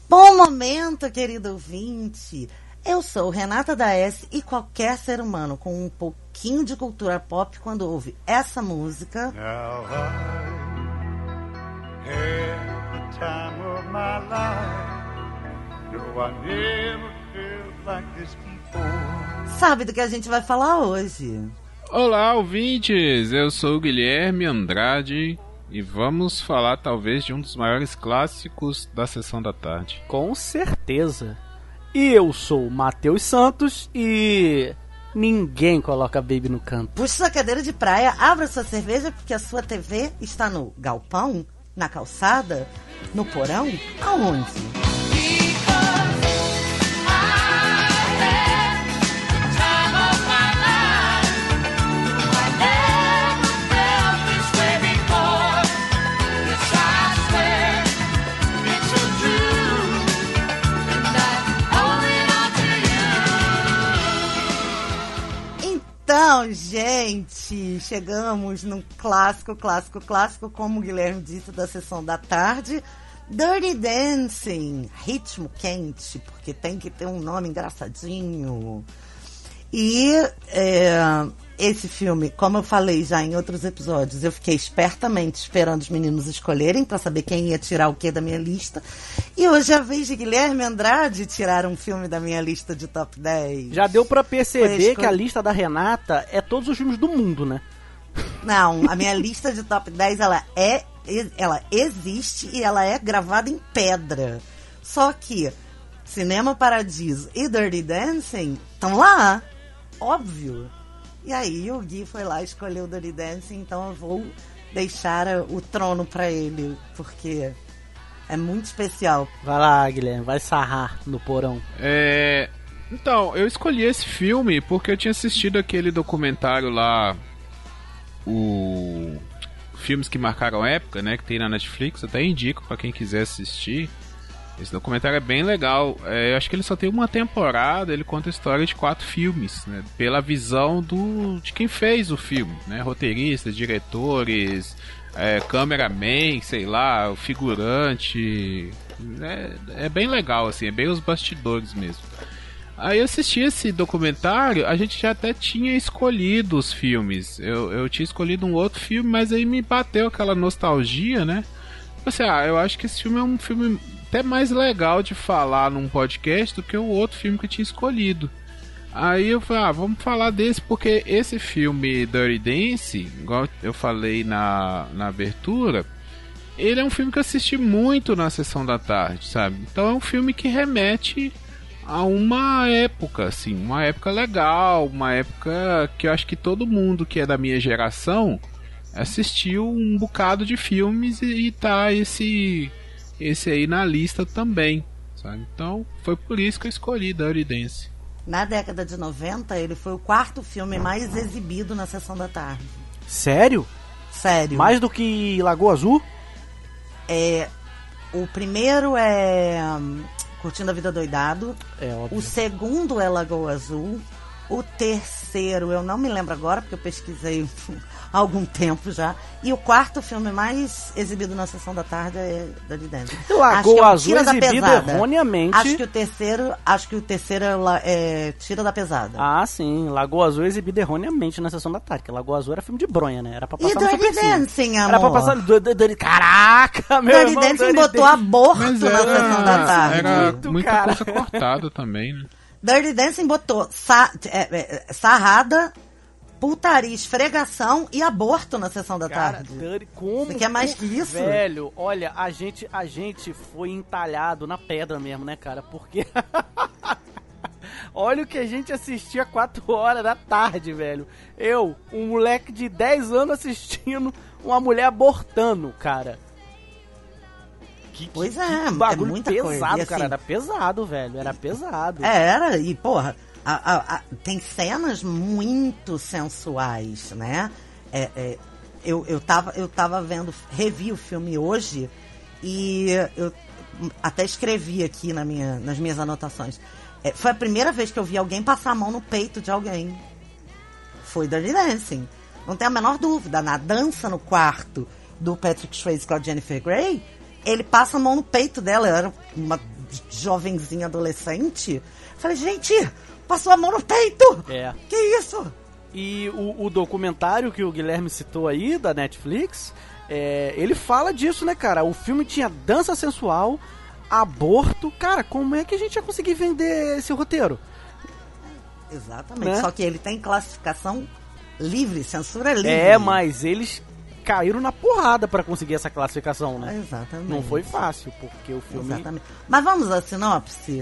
Bom momento, querido ouvinte. Eu sou Renata da S e qualquer ser humano com um pouquinho de cultura pop, quando ouve essa música, Now I had the time of my life. No, I never felt like this before. sabe do que a gente vai falar hoje. Olá, ouvintes! Eu sou o Guilherme Andrade e vamos falar talvez de um dos maiores clássicos da Sessão da Tarde. Com certeza. E eu sou o Matheus Santos e ninguém coloca Baby no canto. Puxe sua cadeira de praia, abra sua cerveja, porque a sua TV está no galpão, na calçada, no porão, aonde? Então, gente, chegamos num clássico, como o Guilherme disse, da Sessão da Tarde, Dirty Dancing, ritmo quente, porque tem que ter um nome engraçadinho. E esse filme, como eu falei já em outros episódios, eu fiquei espertamente esperando os meninos escolherem para saber quem ia tirar o que da minha lista. E hoje é a vez de Guilherme Andrade tirar um filme da minha lista de top 10. Já deu pra perceber que a lista da Renata é todos os filmes do mundo, né? Não, a minha lista de top 10, ela existe e ela é gravada em pedra. Só que Cinema Paradiso e Dirty Dancing estão lá, óbvio. E aí o Gui foi lá e escolheu o Dirty Dancing, então eu vou deixar o trono pra ele, porque é muito especial. Vai lá, Guilherme, vai sarrar no porão. Então, eu escolhi esse filme porque eu tinha assistido aquele documentário lá, o Filmes que Marcaram Época, né, que tem na Netflix. Eu até indico pra quem quiser assistir. Esse documentário é bem legal. Eu acho que ele só tem uma temporada. Ele conta a história de 4 filmes, né, pela visão de quem fez o filme, né, roteiristas, diretores, cameraman, sei lá, o figurante. É bem legal, assim, é bem os bastidores mesmo. Aí eu assisti esse documentário, a gente já até tinha escolhido os filmes. Eu tinha escolhido um outro filme, mas aí me bateu aquela nostalgia, né? Eu acho que esse filme é um filme até mais legal de falar num podcast do que o outro filme que eu tinha escolhido. Aí eu falei, vamos falar desse, porque esse filme Dirty Dancing, igual eu falei na abertura, ele é um filme que eu assisti muito na Sessão da Tarde, sabe? Então é um filme que remete a uma época, assim, uma época legal, uma época que eu acho que todo mundo que é da minha geração assistiu um bocado de filmes e tá esse aí na lista também, sabe? Então foi por isso que eu escolhi Dirty Dancing. Na década de 90, ele foi o 4º filme mais exibido na Sessão da Tarde. Sério? Sério. Mais do que Lagoa Azul? O primeiro é Curtindo a Vida Doidado. É óbvio. O segundo é Lagoa Azul. O terceiro, eu não me lembro agora, porque eu pesquisei há algum tempo já. E o 4º filme mais exibido na Sessão da Tarde é Dirty Dancing. Lagoa Azul exibido erroneamente. Acho que o terceiro é Tira da Pesada. Ah, sim. Lagoa Azul exibido erroneamente na Sessão da Tarde, porque Lagoa Azul era filme de bronha, né? Era pra passar e no Dirty Dancing, amor. Era pra passar... Caraca, meu Dirty irmão! Dancing botou aborto na Sessão da Tarde. Era muita coisa cortada também, né? Dirty Dancing botou sarrada, putaria, esfregação e aborto na Sessão da tarde. Como? Você quer mais que isso? Velho, olha, a gente foi entalhado na pedra mesmo, né, cara? Porque... olha o que a gente assistia 4 horas da tarde, velho. Eu, um moleque de 10 anos assistindo uma mulher abortando, cara. Pois é, bagulho é muita pesado, coisa. cara. Assim, era pesado, velho. Era pesado. Era, e porra, tem cenas muito sensuais, né? Eu tava vendo, revi o filme hoje e eu até escrevi aqui nas minhas anotações. Foi a primeira vez que eu vi alguém passar a mão no peito de alguém. Foi Dirty Dancing. Não tem a menor dúvida. Na dança no quarto do Patrick Swayze com a Jennifer Grey, ele passa a mão no peito dela. Era uma jovenzinha adolescente. Falei, gente, passou a mão no peito! É. Que isso? E o documentário que o Guilherme citou aí, da Netflix, ele fala disso, né, cara? O filme tinha dança sensual, aborto. Cara, como é que a gente ia conseguir vender esse roteiro? Exatamente, Né? só que ele tem classificação livre, censura livre. Mas eles caíram na porrada pra conseguir essa classificação, né? Exatamente. Não foi fácil, porque o filme... Exatamente. Mas vamos à sinopse?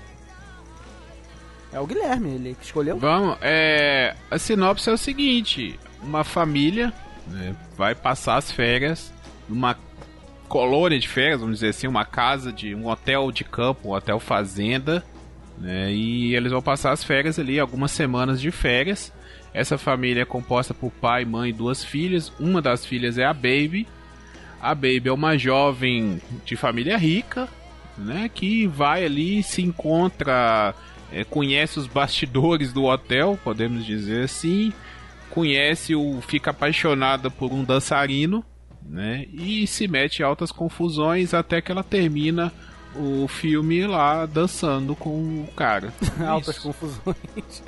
É o Guilherme, ele que escolheu. Vamos, a sinopse é o seguinte: uma família, né, vai passar as férias numa colônia de férias, vamos dizer assim, uma casa de um hotel de campo, um hotel fazenda, né, e eles vão passar as férias ali, algumas semanas de férias. Essa família é composta por pai, mãe e 2 filhas. Uma das filhas é a Baby. A Baby é uma jovem de família rica, né, que vai ali, se encontra, conhece os bastidores do hotel, podemos dizer assim, fica apaixonada por um dançarino, né, e se mete em altas confusões até que ela termina o filme lá dançando com o cara. Altas Isso. confusões.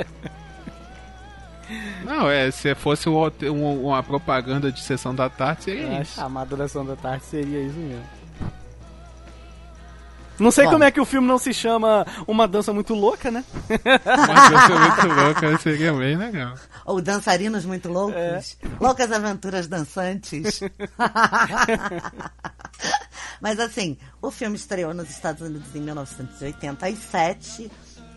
Não, se fosse uma propaganda de Sessão da Tarde, seria isso. A maduração da tarde seria isso mesmo. Não sei Bom. como é que o filme não se chama Uma Dança Muito Louca, né? Uma coisa muito louca, seria bem legal. Ou dançarinos muito loucos. Loucas aventuras dançantes. Mas assim, o filme estreou nos Estados Unidos em 1987.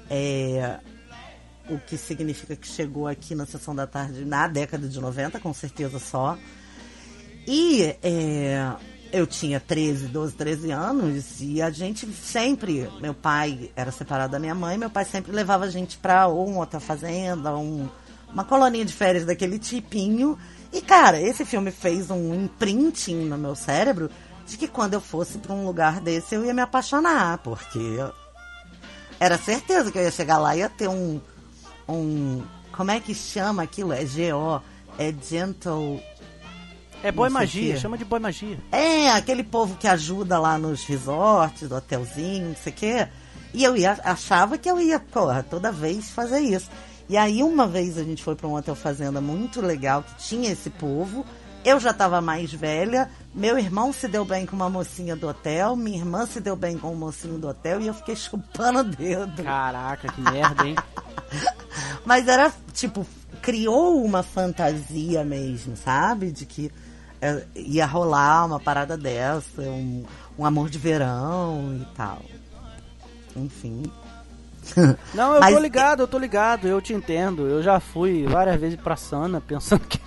O que significa que chegou aqui na Sessão da Tarde na década de 90, com certeza só. E eu tinha 13 anos e a gente sempre... Meu pai era separado da minha mãe, meu pai sempre levava a gente pra ou um hotel fazenda, uma colonia de férias daquele tipinho. E, cara, esse filme fez um imprinting no meu cérebro de que quando eu fosse pra um lugar desse eu ia me apaixonar, porque era certeza que eu ia chegar lá e ia ter um como é que chama aquilo? É GO, é Gentle... É boy Não sei magia, que. chama de boy magia. Aquele povo que ajuda lá nos resorts, do hotelzinho, não sei o quê. E eu achava que eu ia, toda vez fazer isso. E aí uma vez a gente foi para um hotel fazenda muito legal, que tinha esse povo. Eu já estava mais velha, meu irmão se deu bem com uma mocinha do hotel, minha irmã se deu bem com um mocinho do hotel e eu fiquei chupando o dedo. Caraca, que merda, hein? Mas era, tipo, criou uma fantasia mesmo, sabe? De que ia rolar uma parada dessa, um amor de verão e tal. Enfim. Não, eu Mas- tô ligado, eu te entendo. Eu já fui várias vezes pra Sana pensando que...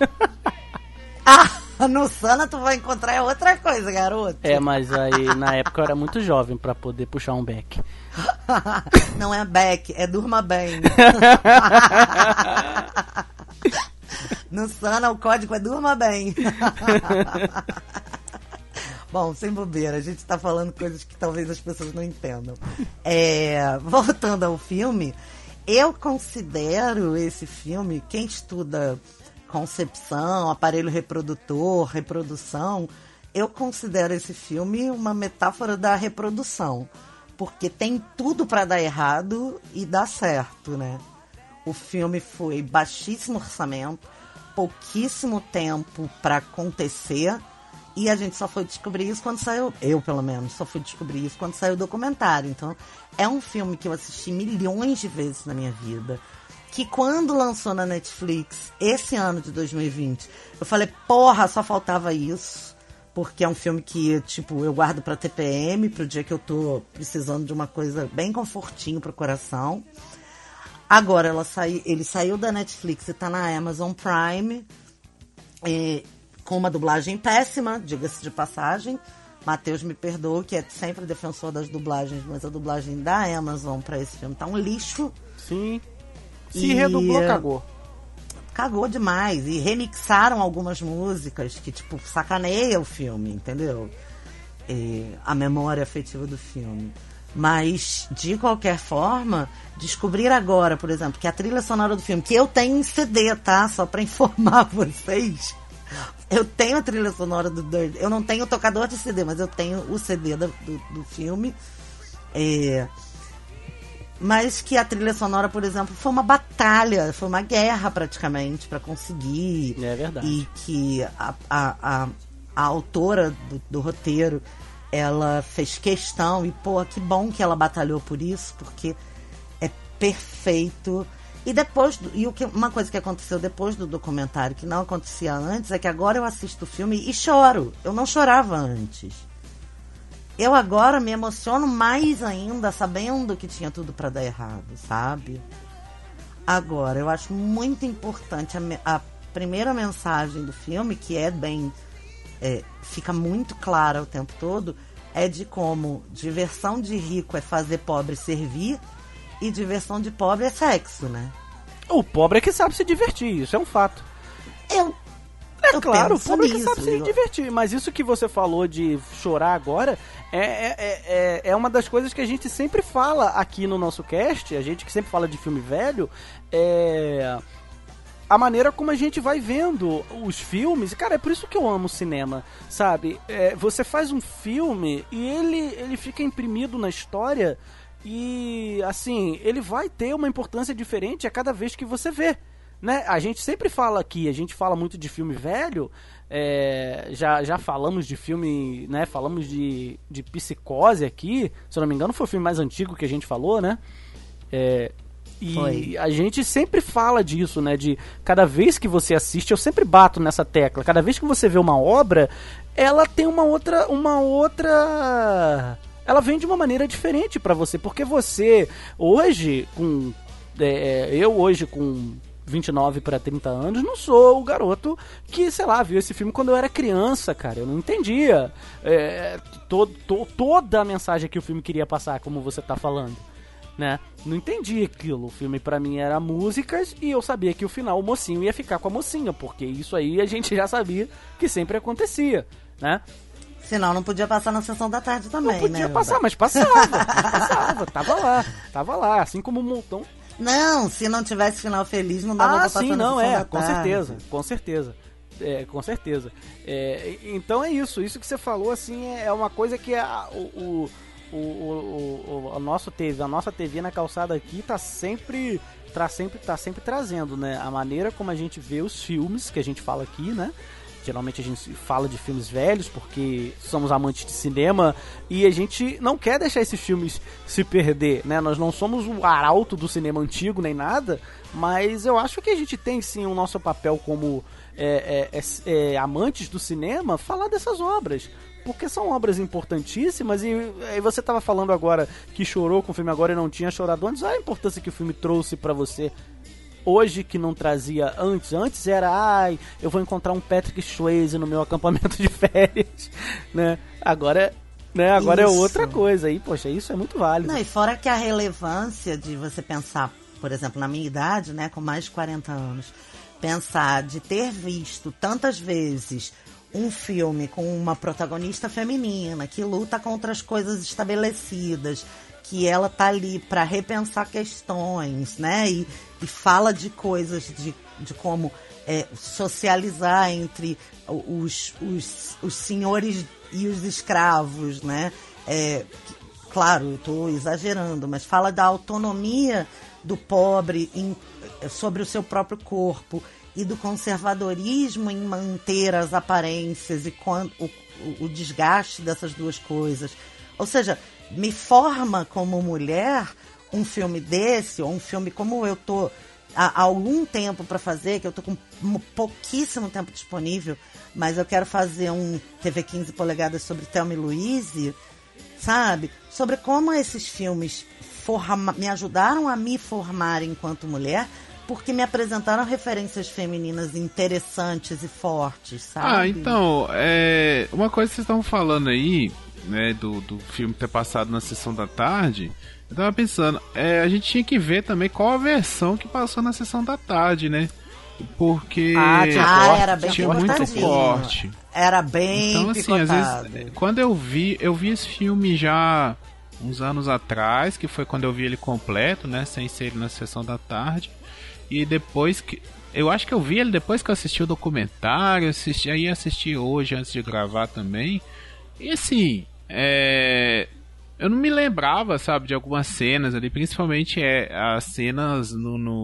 No Sana tu vai encontrar outra coisa, garoto. Mas aí na época eu era muito jovem pra poder puxar um beck. Não é back, é durma bem. No Sana o código é durma bem. Bom, sem bobeira, a gente tá falando coisas que talvez as pessoas não entendam. Voltando ao filme, eu considero esse filme, quem estuda concepção, aparelho reprodutor, reprodução, eu considero esse filme uma metáfora da reprodução. Porque tem tudo pra dar errado e dar certo, né? O filme foi baixíssimo orçamento, pouquíssimo tempo pra acontecer, e a gente só foi descobrir isso quando saiu, eu pelo menos, só fui descobrir isso quando saiu o documentário. Então, é um filme que eu assisti milhões de vezes na minha vida, que quando lançou na Netflix, esse ano de 2020, eu falei, porra, só faltava isso. Porque é um filme que, tipo, eu guardo pra TPM, pro dia que eu tô precisando de uma coisa bem confortinho pro coração. Agora, ele saiu da Netflix e tá na Amazon Prime, com uma dublagem péssima, diga-se de passagem. Matheus me perdoa, que é sempre defensor das dublagens, mas a dublagem da Amazon pra esse filme tá um lixo. Sim. Se redublou, cagou. Cagou demais. E remixaram algumas músicas que, tipo, sacaneia o filme, entendeu? A memória afetiva do filme. Mas, de qualquer forma, descobrir agora, por exemplo, que a trilha sonora do filme, que eu tenho em CD, tá? Só pra informar vocês. Eu tenho a trilha sonora do Dirty. Eu não tenho o tocador de CD, mas eu tenho o CD do filme. Mas que a trilha sonora, por exemplo, foi uma batalha, foi uma guerra praticamente para conseguir. É verdade. E que a autora do roteiro, ela fez questão, e pô, que bom que ela batalhou por isso, porque é perfeito. E depois, uma coisa que aconteceu depois do documentário, que não acontecia antes, é que agora eu assisto o filme e choro. Eu não chorava antes. Eu agora me emociono mais ainda, sabendo que tinha tudo para dar errado, sabe? Agora, eu acho muito importante a primeira mensagem do filme, que é bem... fica muito clara o tempo todo, é de como diversão de rico é fazer pobre servir e diversão de pobre é sexo, né? O pobre é que sabe se divertir, isso é um fato. Eu Claro, o pobre é que nisso, sabe se divertir, mas isso que você falou de chorar agora é uma das coisas que a gente sempre fala aqui no nosso cast, a gente que sempre fala de filme velho, a maneira como a gente vai vendo os filmes. Cara, é por isso que eu amo cinema, sabe? Você faz um filme e ele fica imprimido na história e, assim, ele vai ter uma importância diferente a cada vez que você vê. Né? A gente sempre fala aqui, a gente fala muito de filme velho, já falamos de filme, né? Falamos de Psicose aqui, se eu não me engano foi o filme mais antigo que a gente falou, né? E foi. A gente sempre fala disso, né? De cada vez que você assiste, eu sempre bato nessa tecla, cada vez que você vê uma obra, ela tem uma outra... Ela vem de uma maneira diferente pra você, porque você, hoje, eu hoje com 29 para 30 anos, não sou o garoto que, sei lá, viu esse filme quando eu era criança, cara. Eu não entendia toda a mensagem que o filme queria passar, como você tá falando, né? Não entendi aquilo. O filme pra mim era músicas e eu sabia que o final o mocinho ia ficar com a mocinha, porque isso aí a gente já sabia que sempre acontecia, né? Senão não podia passar na sessão da tarde também, né? Não podia passar, mas passava. Tava lá, assim como um montão. Não, se não tivesse final feliz, não dava pra passar sim, na não, sessão da com tarde. certeza, com certeza. Com certeza. Então é isso que você falou, assim, é uma coisa que a nossa TV na calçada aqui tá sempre trazendo, né? A maneira como a gente vê os filmes que a gente fala aqui, né? Geralmente a gente fala de filmes velhos porque somos amantes de cinema e a gente não quer deixar esses filmes se perder, né? Nós não somos o arauto do cinema antigo nem nada, mas eu acho que a gente tem sim o nosso papel como amantes do cinema, falar dessas obras, porque são obras importantíssimas. E você estava falando agora que chorou com o filme agora e não tinha chorado antes. Olha a importância que o filme trouxe pra você hoje que não trazia antes. Antes era, eu vou encontrar um Patrick Swayze no meu acampamento de férias, né? Agora é outra coisa. Aí, poxa, isso é muito válido. Não, e fora que a relevância de você pensar, por exemplo, na minha idade, né, com mais de 40 anos, pensar de ter visto tantas vezes um filme com uma protagonista feminina que luta contra as coisas estabelecidas, que ela tá ali para repensar questões, né? E fala de coisas de como socializar entre os senhores e os escravos, né? Claro, eu tô exagerando, mas fala da autonomia do pobre sobre o seu próprio corpo e do conservadorismo em manter as aparências e o desgaste dessas duas coisas. Ou seja, me forma como mulher um filme desse, ou um filme como eu tô há algum tempo para fazer, que eu tô com pouquíssimo tempo disponível, mas eu quero fazer um TV 15 polegadas sobre Thelma e Louise, sabe? Sobre como esses filmes me ajudaram a me formar enquanto mulher, porque me apresentaram referências femininas interessantes e fortes, sabe? Então, uma coisa que vocês estavam falando aí, né, do filme ter passado na sessão da tarde, eu tava pensando, a gente tinha que ver também qual a versão que passou na sessão da tarde, né? Porque era bem tinha muito corte. Era bem então, assim, picotado. Às vezes, quando eu vi esse filme já uns anos atrás, que foi quando eu vi ele completo, né, sem ser ele na sessão da tarde, e depois que... Eu acho que eu vi ele depois que eu assisti o documentário, assisti hoje antes de gravar também. E assim, eu não me lembrava, sabe, de algumas cenas ali, principalmente as cenas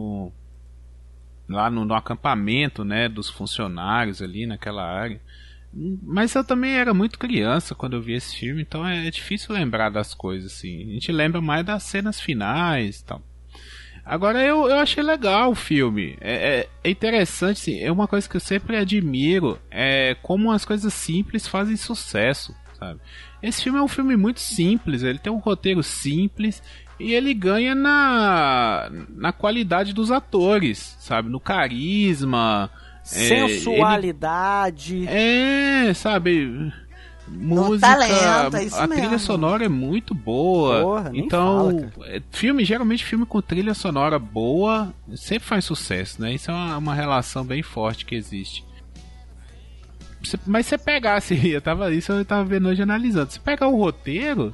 lá no acampamento, né, dos funcionários ali naquela área. Mas eu também era muito criança quando eu vi esse filme, então é difícil lembrar das coisas, assim. A gente lembra mais das cenas finais e tal. Agora eu achei legal o filme. É interessante, assim, é uma coisa que eu sempre admiro, é como as coisas simples fazem sucesso, sabe? Esse filme é um filme muito simples, ele tem um roteiro simples e ele ganha na qualidade dos atores, sabe? No carisma, sensualidade. Sabe? Música, talento, é isso a mesmo. trilha sonora é muito boa. Porra, nem então, fala, geralmente filme com trilha sonora boa sempre faz sucesso, né? Isso é uma relação bem forte que existe. Mas se você pegasse, eu tava vendo hoje analisando, se pegar o roteiro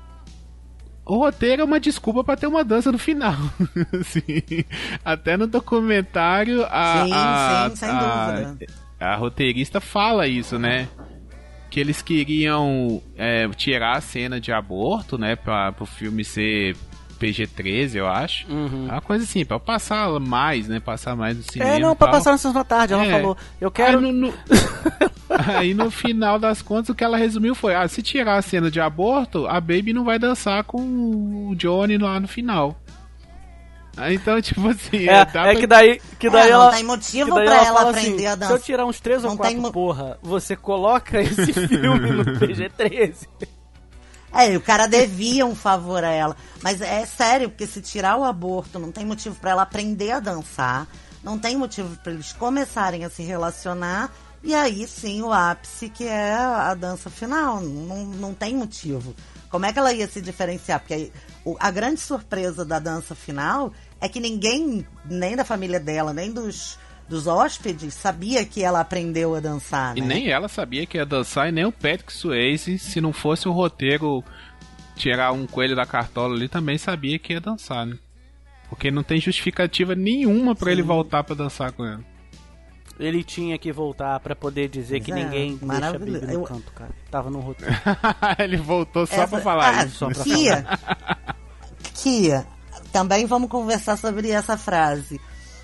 é uma desculpa pra ter uma dança no final. Assim, até no documentário Sim, sem dúvida. A roteirista fala isso, né? Que eles queriam tirar a cena de aborto, né? Pro filme ser PG-13, eu acho. Uma coisa assim, pra passar mais, né? Passar mais no cinema. Pra passar na sessão da tarde. Ela falou, eu quero... Aí no final das contas, o que ela resumiu foi: se tirar a cena de aborto, a Baby não vai dançar com o Johnny lá no final. Então, tipo assim... que daí ela... Não tem motivo pra ela aprender a dançar. Se eu tirar uns 3 ou 4, porra, você coloca esse filme no PG-13. O cara devia um favor a ela. Mas é sério, porque se tirar o aborto, não tem motivo pra ela aprender a dançar. Não tem motivo pra eles começarem a se relacionar. E aí sim o ápice, que é a dança final. Não tem motivo. Como é que ela ia se diferenciar? Porque a grande surpresa da dança final é que ninguém, nem da família dela, nem dos hóspedes, sabia que ela aprendeu a dançar, né? E nem ela sabia que ia dançar, e nem o Patrick Swayze, se não fosse o roteiro tirar um coelho da cartola ali, também sabia que ia dançar, né? Porque não tem justificativa nenhuma pra ele voltar pra dançar com ela. Ele tinha que voltar pra poder dizer que ninguém deixa a Baby no canto, cara. Tava no roteiro. Ele voltou só pra falar isso. Só pra falar. Kia, também vamos conversar sobre essa frase.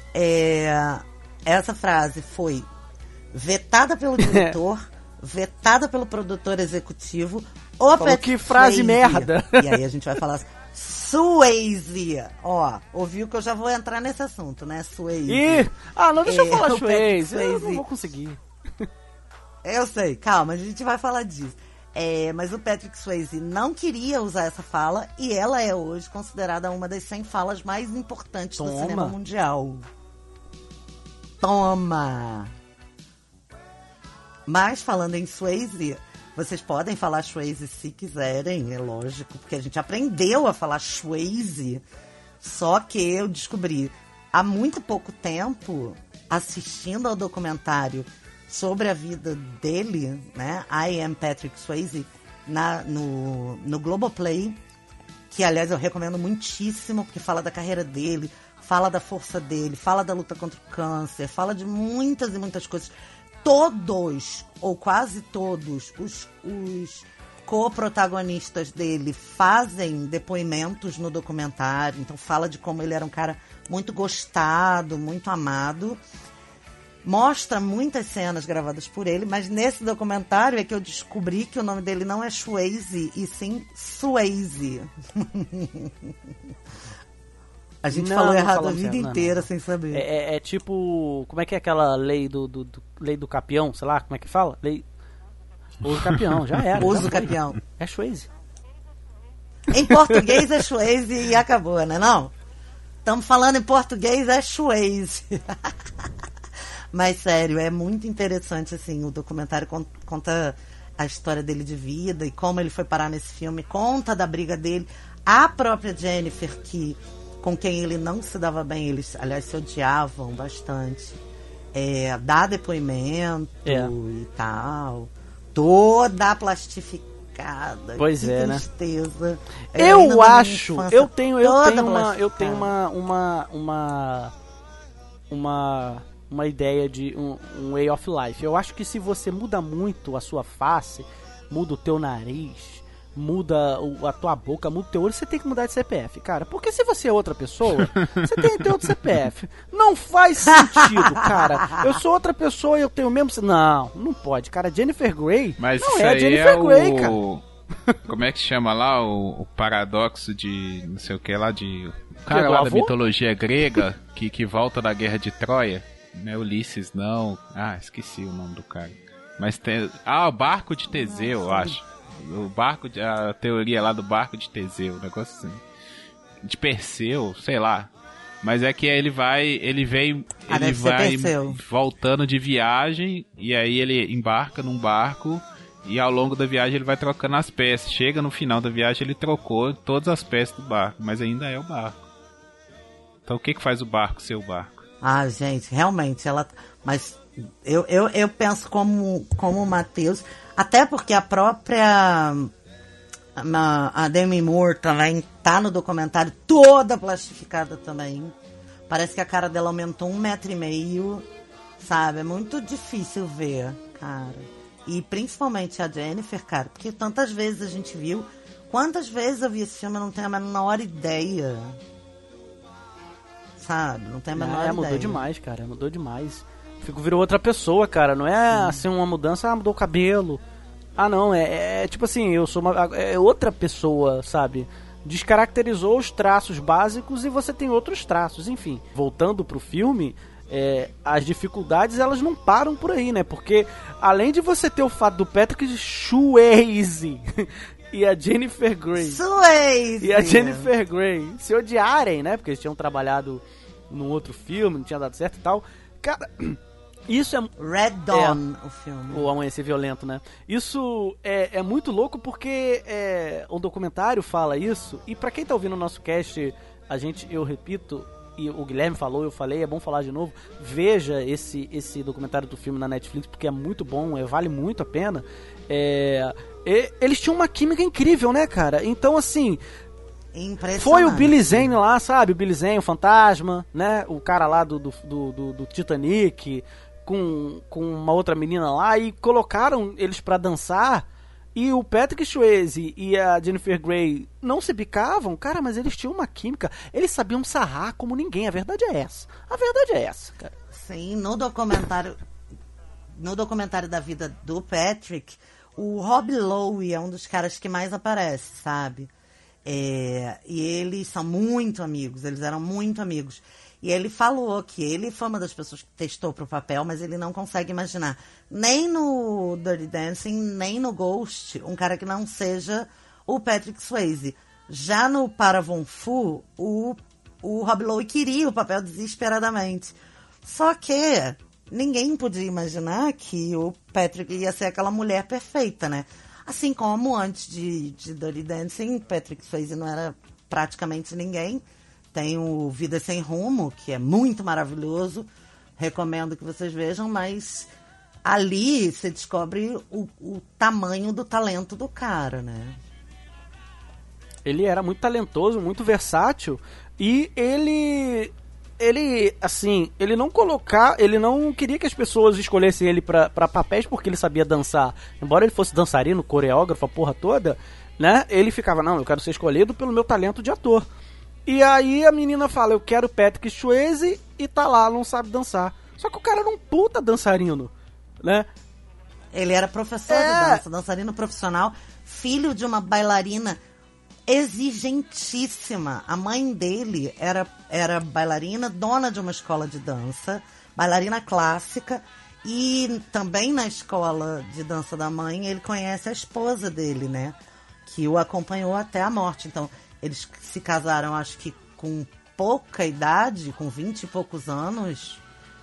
Essa frase foi vetada pelo diretor, vetada pelo produtor executivo. Que frase merda! E aí a gente vai falar Swayze. Ouviu que eu já vou entrar nesse assunto, né? Swayze. Não, deixa eu falar Swayze. Eu não vou conseguir. Eu sei, calma, a gente vai falar disso. Mas o Patrick Swayze não queria usar essa fala e ela é hoje considerada uma das 100 falas mais importantes do cinema mundial. Toma! Mas falando em Swayze, vocês podem falar Swayze se quiserem, é lógico, porque a gente aprendeu a falar Swayze. Só que eu descobri há muito pouco tempo, assistindo ao documentário sobre a vida dele, né? I Am Patrick Swayze, no Globoplay, que aliás eu recomendo muitíssimo, porque fala da carreira dele, fala da força dele, fala da luta contra o câncer, fala de muitas e muitas coisas. Todos, ou quase todos, os co-protagonistas dele fazem depoimentos no documentário. Então fala de como ele era um cara muito gostado, muito amado. Mostra muitas cenas gravadas por ele, mas nesse documentário é que eu descobri que o nome dele não é Swayze, e sim Swayze. A gente falou errado a vida inteira sem saber. É tipo... Como é que é aquela lei lei do capião? Sei lá, como é que fala? Uso capião, já era. Uso capião. É Swayze. Em português é Swayze e acabou, né? Não? Estamos falando em português, é Swayze. Mas sério, é muito interessante, assim, o documentário conta a história dele de vida e como ele foi parar nesse filme, conta da briga dele. A própria Jennifer, com quem ele não se dava bem, eles, aliás, se odiavam bastante, dá depoimento e tal, toda plastificada. Pois que é, tristeza. Né? Eu acho, eu tenho uma ideia de um way of life. Eu acho que se você muda muito a sua face, muda o teu nariz, muda a tua boca, muda o teu olho, você tem que mudar de CPF, cara. Porque se você é outra pessoa, você tem que ter outro CPF. Não faz sentido, cara. Eu sou outra pessoa e eu tenho o mesmo... Não pode, cara. Jennifer Grey mas não isso é a aí Jennifer Grey, cara. Como é que chama lá? O paradoxo de não sei o que lá, de... O Que é cara do lá da avô? mitologia grega que volta da guerra de Troia. Não é Ulisses, não. Ah, esqueci o nome do cara. Mas tem... o barco de Teseu, eu acho. O barco, a teoria lá do barco de Teseu, um negócio assim. De Perseu, sei lá. Mas é que ele vem voltando de viagem e aí ele embarca num barco e ao longo da viagem ele vai trocando as peças. Chega no final da viagem ele trocou todas as peças do barco, mas ainda é o barco. Então o que faz o barco ser o barco? Ah, gente, realmente, ela... Mas eu penso como o Matheus, até porque a própria... A Demi Moore também tá no documentário, toda plastificada também. Parece que a cara dela aumentou 1,5 metro, sabe? É muito difícil ver, cara. E principalmente a Jennifer, cara, porque tantas vezes a gente viu. Quantas vezes eu vi esse filme, eu não tenho a menor ideia. Sabe? Não tenho a menor ideia. Mudou demais, cara. Mudou demais. Virou outra pessoa, cara. Não é assim uma mudança, mudou o cabelo. Não, é tipo assim, eu sou é outra pessoa, sabe? Descaracterizou os traços básicos e você tem outros traços, enfim. Voltando pro filme, as dificuldades, elas não param por aí, né? Porque, além de você ter o fato do Patrick Swayze e a Jennifer Grey se odiarem, né? Porque eles tinham trabalhado num outro filme, não tinha dado certo e tal. Cara... Isso é... Red Dawn, o filme. O Amanhecer Violento, né? Isso é muito louco porque o documentário fala isso. E pra quem tá ouvindo o nosso cast, eu repito, e o Guilherme falou, eu falei, é bom falar de novo. Veja esse documentário do filme na Netflix, porque é muito bom, vale muito a pena. Eles tinham uma química incrível, né, cara? Então, assim... Foi o Billy Zane lá, sabe? O Billy Zane, o fantasma, né? O cara lá do Titanic... Com uma outra menina lá e colocaram eles pra dançar e o Patrick Swayze e a Jennifer Grey não se bicavam, cara, mas eles tinham uma química, eles sabiam sarrar como ninguém, a verdade é essa, cara. Sim, no documentário da vida do Patrick, o Rob Lowe é um dos caras que mais aparece, sabe? E eles são muito amigos, eles eram muito amigos. E ele falou que ele foi uma das pessoas que testou pro papel, mas ele não consegue imaginar, nem no Dirty Dancing, nem no Ghost, um cara que não seja o Patrick Swayze. Já no Para Von Phu, o Rob Lowe queria o papel desesperadamente. Só que ninguém podia imaginar que o Patrick ia ser aquela mulher perfeita, né? Assim como antes de Dirty Dancing, Patrick Swayze não era praticamente ninguém. Tem o Vida Sem Rumo, que é muito maravilhoso. Recomendo que vocês vejam, mas ali você descobre o tamanho do talento do cara, né? Ele era muito talentoso, muito versátil. E ele assim, ele não queria que as pessoas escolhessem ele pra papéis porque ele sabia dançar. Embora ele fosse dançarino, coreógrafo, a porra toda, né? Ele ficava, não, eu quero ser escolhido pelo meu talento de ator. E aí a menina fala, eu quero Patrick Swayze, e tá lá, não sabe dançar. Só que o cara era um puta dançarino, né? Ele era professor de dança, dançarino profissional, filho de uma bailarina exigentíssima. A mãe dele era bailarina, dona de uma escola de dança, bailarina clássica, e também na escola de dança da mãe ele conhece a esposa dele, né? Que o acompanhou até a morte. Então, eles se casaram, acho que com pouca idade, com 20 e poucos anos,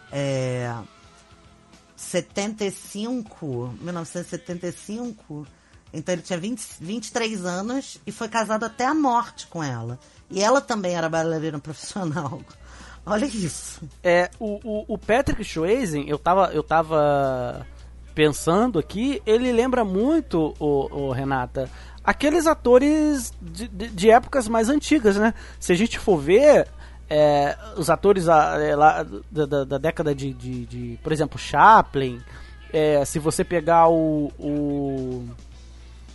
1975. Então ele tinha 23 anos e foi casado até a morte com ela. E ela também era bailarina profissional. Olha isso. O Patrick Swayze, eu tava pensando aqui, ele lembra muito, Renata, aqueles atores de épocas mais antigas, né? Se a gente for ver, os atores lá da década de por exemplo, Chaplin, se você pegar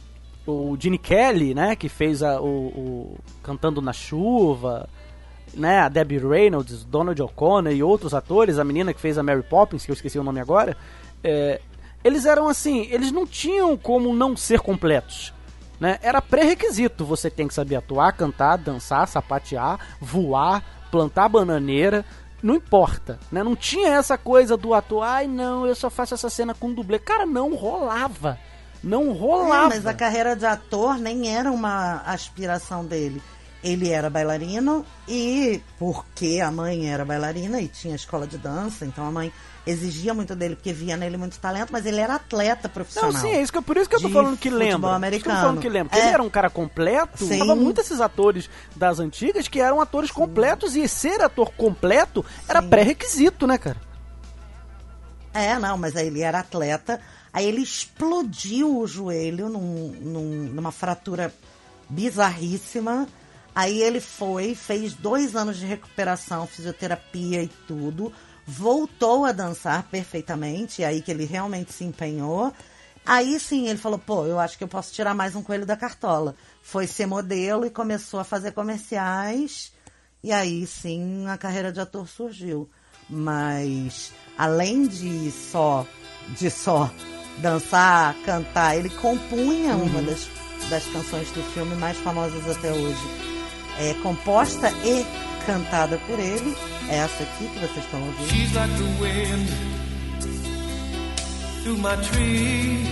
o Gene Kelly, né, que fez o Cantando na Chuva, né, a Debbie Reynolds, Donald O'Connor e outros atores, a menina que fez a Mary Poppins, que eu esqueci o nome agora, eles eram assim, eles não tinham como não ser completos, né? Era pré-requisito, você tem que saber atuar, cantar, dançar, sapatear, voar, plantar bananeira, não importa, né? Não tinha essa coisa do ator, ai não, eu só faço essa cena com dublê. Cara, não rolava. Não rolava. Mas a carreira de ator nem era uma aspiração dele. Ele era bailarino e porque a mãe era bailarina e tinha escola de dança, então a mãe exigia muito dele porque via nele muito talento, mas ele era atleta profissional. Não, sim, por isso que eu tô falando que lembra. Americano. Porque ele era um cara completo. Tava muito esses atores das antigas que eram atores completos e ser ator completo era pré-requisito, né, cara? Não, mas aí ele era atleta, aí ele explodiu o joelho numa fratura bizarríssima. Aí ele fez 2 anos de recuperação, fisioterapia e tudo, voltou a dançar perfeitamente, aí que ele realmente se empenhou. Aí sim, ele falou, pô, eu acho que eu posso tirar mais um coelho da cartola. Foi ser modelo e começou a fazer comerciais, e aí sim a carreira de ator surgiu. Mas além de só dançar, cantar, ele compunha uma das canções do filme mais famosas até hoje. É composta e cantada por ele. É essa aqui que vocês estão ouvindo. She's like the wind through my tree.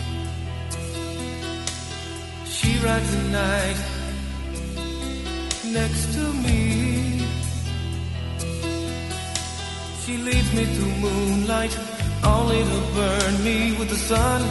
She rides the night next to me. She leads me through moonlight only to burn me with the sun.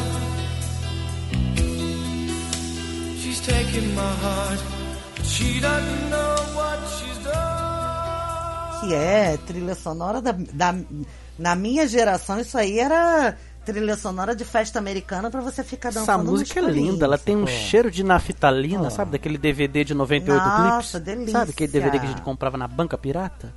She's taking my heart. She doesn't know what she's done. Que é trilha sonora na minha geração, isso aí era trilha sonora de festa americana pra você ficar dançando. Essa música é linda, ela tem um cheiro de naftalina, sabe? Daquele DVD de 98 clipes. Nossa, delícia. Sabe aquele DVD que a gente comprava na banca pirata?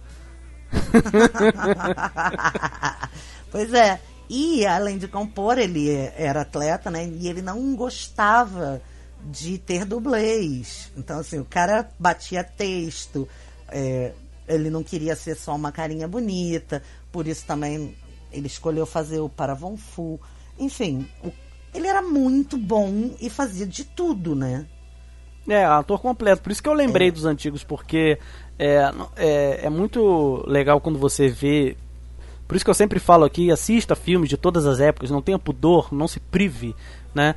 Pois é. E além de compor, ele era atleta, né? E ele não gostava de ter dublês. Então, assim, o cara batia texto, ele não queria ser só uma carinha bonita, por isso também ele escolheu fazer o Para Von Phu. Enfim, ele era muito bom e fazia de tudo, né? Ator completo. Por isso que eu lembrei dos antigos, porque é muito legal quando você vê. Por isso que eu sempre falo aqui, assista filmes de todas as épocas, não tenha pudor, não se prive, né?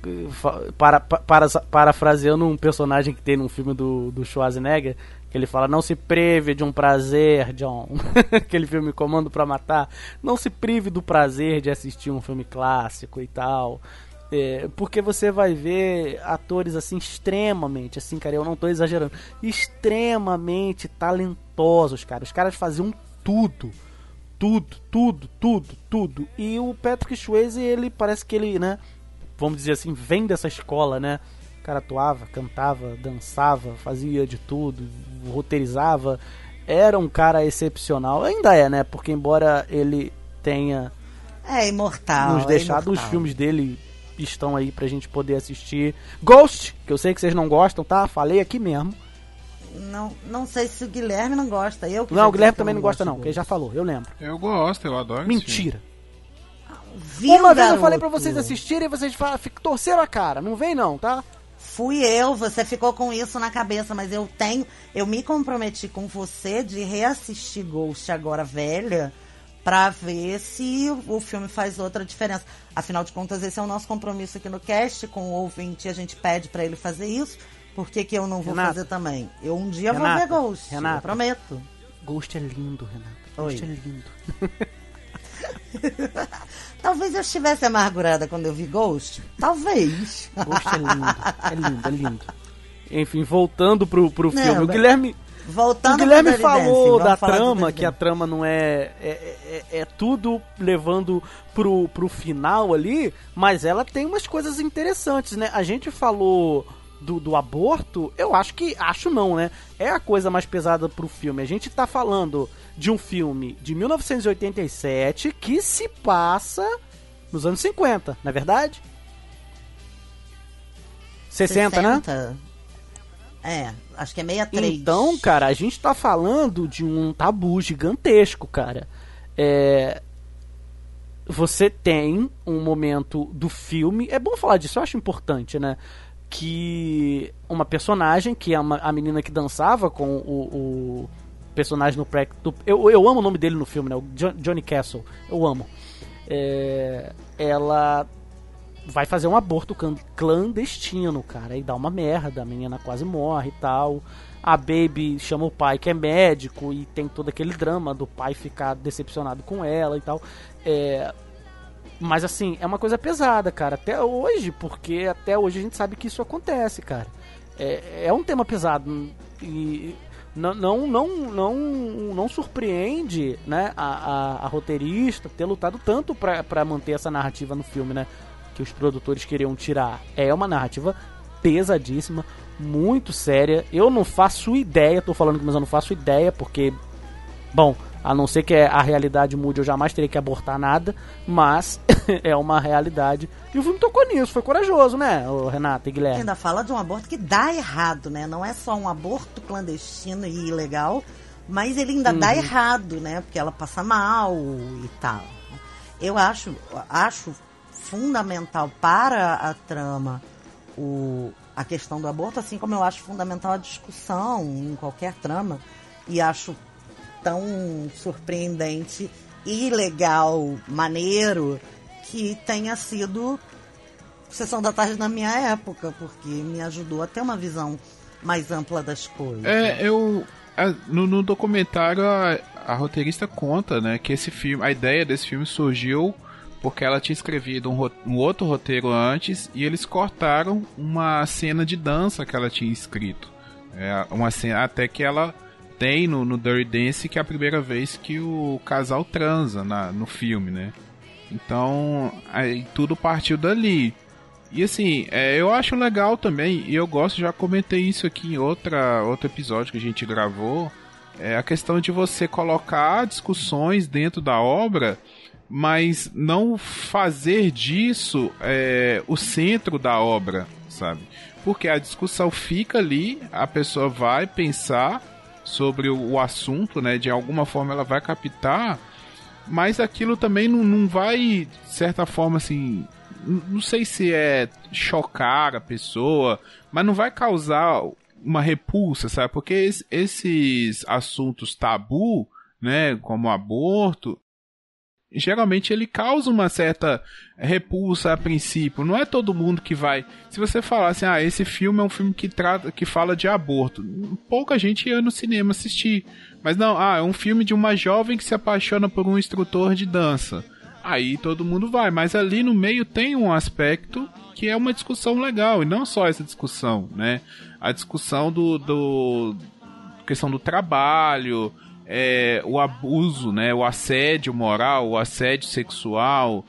Parafraseando um personagem que tem num filme do Schwarzenegger, que ele fala, não se prive de um prazer, John. Aquele filme Comando pra Matar. Não se prive do prazer de assistir um filme clássico e tal. Porque você vai ver atores assim extremamente, assim, cara, eu não tô exagerando, extremamente talentosos, cara. Os caras faziam tudo. E o Patrick Swayze, ele parece que ele, né, vamos dizer assim, vem dessa escola, né? O cara atuava, cantava, dançava, fazia de tudo, roteirizava. Era um cara excepcional. Ainda é, né? Porque embora ele tenha imortal, nos deixado, os filmes dele estão aí pra gente poder assistir. Ghost, que eu sei que vocês não gostam, tá? Falei aqui mesmo. Não sei se o Guilherme não gosta. O Guilherme também não gosta não, porque ele já falou, eu lembro. Eu gosto, eu adoro. Mentira. Uma vez eu falei pra vocês assistirem e vocês torceram a cara. Não vem não, tá? Fui você ficou com isso na cabeça, mas eu me comprometi com você de reassistir Ghost agora velha, pra ver se o filme faz outra diferença. Afinal de contas, esse é o nosso compromisso aqui no cast, com o ouvinte, a gente pede pra ele fazer isso. Por que eu não vou fazer também? Eu um dia vou ver Ghost, eu prometo. Ghost é lindo, Renata. Ghost é lindo. Talvez eu estivesse amargurada quando eu vi Ghost. Talvez. Ghost é lindo. Enfim, voltando pro filme. O Guilherme falou da trama, que a trama não é tudo levando pro final ali, mas ela tem umas coisas interessantes, né? A gente falou do aborto, acho não, né? É a coisa mais pesada pro filme. A gente tá falando de um filme de 1987 que se passa nos anos 50, não é verdade? 60, né? Acho que é 63. Então, cara, a gente tá falando de um tabu gigantesco, cara. Você tem um momento do filme... É bom falar disso, eu acho importante, né? Que uma personagem, que é a menina que dançava com o personagem no pré... Eu amo o nome dele no filme, né? O Johnny Castle. Eu amo. Ela vai fazer um aborto clandestino, cara. E dá uma merda, a menina quase morre e tal. A Baby chama o pai, que é médico, e tem todo aquele drama do pai ficar decepcionado com ela e tal. Mas assim, é uma coisa pesada, cara, até hoje, porque até hoje a gente sabe que isso acontece, cara. É um tema pesado e não surpreende, né, a roteirista ter lutado tanto pra manter essa narrativa no filme, né, que os produtores queriam tirar. É uma narrativa pesadíssima, muito séria. Eu não faço ideia, tô falando, mas eu não faço ideia, porque, bom, a não ser que a realidade mude, eu jamais teria que abortar nada, mas é uma realidade. E o filme tocou nisso, foi corajoso, né, Renata e Guilherme? Ainda fala de um aborto que dá errado, né? Não é só um aborto clandestino e ilegal, mas ele ainda dá errado, né? Porque ela passa mal e tal. Eu acho fundamental para a trama a questão do aborto, assim como eu acho fundamental a discussão em qualquer trama, e acho tão surpreendente e legal, maneiro, que tenha sido Sessão da Tarde na minha época, porque me ajudou a ter uma visão mais ampla das coisas. No documentário a roteirista conta, né, que esse filme, a ideia desse filme surgiu porque ela tinha escrevido um outro roteiro antes e eles cortaram uma cena de dança que ela tinha escrito. Uma cena até que ela tem no Dirty Dancing, que é a primeira vez que o casal transa no filme, né? Então, aí tudo partiu dali. E assim, eu acho legal também, e eu gosto, já comentei isso aqui em outro episódio que a gente gravou, a questão de você colocar discussões dentro da obra, mas não fazer disso o centro da obra, sabe? Porque a discussão fica ali, a pessoa vai pensar sobre o assunto, né? De alguma forma ela vai captar, mas aquilo também não vai, de certa forma, assim, não sei se é chocar a pessoa, mas não vai causar uma repulsa, sabe? Porque esses assuntos tabu, né, como aborto, geralmente ele causa uma certa repulsa a princípio. Não é todo mundo que vai... Se você falar assim, esse filme é um filme que fala de aborto, pouca gente ia no cinema assistir. Mas não, é um filme de uma jovem que se apaixona por um instrutor de dança. Aí todo mundo vai, mas ali no meio tem um aspecto que é uma discussão legal, e não só essa discussão, né? A discussão questão do trabalho, o abuso, né? O assédio moral, o assédio sexual,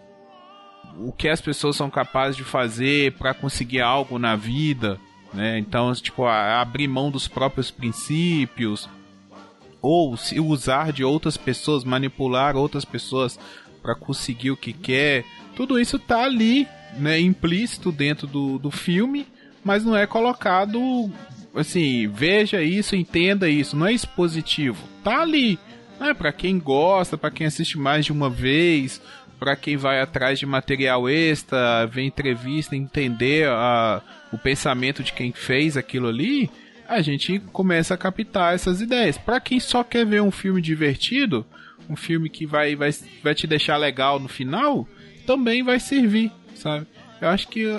o que as pessoas são capazes de fazer para conseguir algo na vida, né? Então, tipo, abrir mão dos próprios princípios, ou se usar de outras pessoas, manipular outras pessoas para conseguir o que quer. Tudo isso tá ali, né, implícito dentro do filme, mas não é colocado assim, veja isso, entenda isso, não é expositivo, tá ali, né, para quem gosta, para quem assiste mais de uma vez, para quem vai atrás de material extra, ver entrevista, entender o pensamento de quem fez aquilo ali, a gente começa a captar essas ideias. Para quem só quer ver um filme divertido, um filme que vai te deixar legal no final, também vai servir, sabe? Eu acho que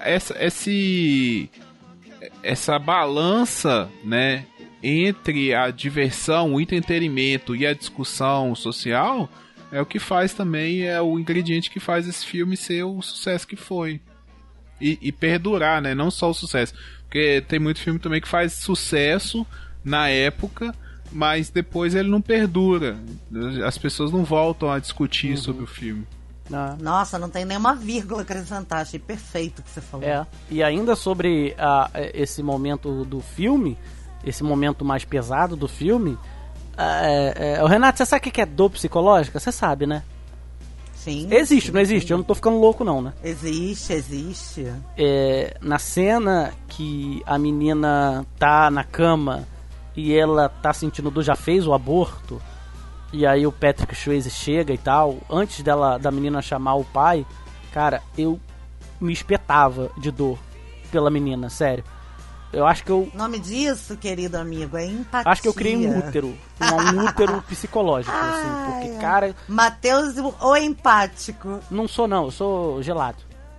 essa balança, né, entre a diversão, o entretenimento e a discussão social é o que faz também, é o ingrediente que faz esse filme ser o sucesso que foi. E perdurar, né? Não só o sucesso. Porque tem muito filme também que faz sucesso na época, mas depois ele não perdura. As pessoas não voltam a discutir sobre o filme. Nossa, não tem nenhuma vírgula a acrescentar. Achei perfeito o que você falou. E ainda sobre esse momento do filme, esse momento mais pesado do filme, o Renato, você sabe o que é dor psicológica? Você sabe, né? Sim. Existe, não existe? Eu não tô ficando louco não, né? Existe. Na cena que a menina tá na cama e ela tá sentindo dor, já fez o aborto, e aí o Patrick Swayze chega e tal, antes da menina chamar o pai, cara, eu me espetava de dor pela menina, sério. Eu acho que eu... O nome disso, querido amigo, é empatia. Acho que eu criei um útero. Um útero psicológico, assim. Porque, cara... Matheus, o empático. Não sou, não. Eu sou gelado.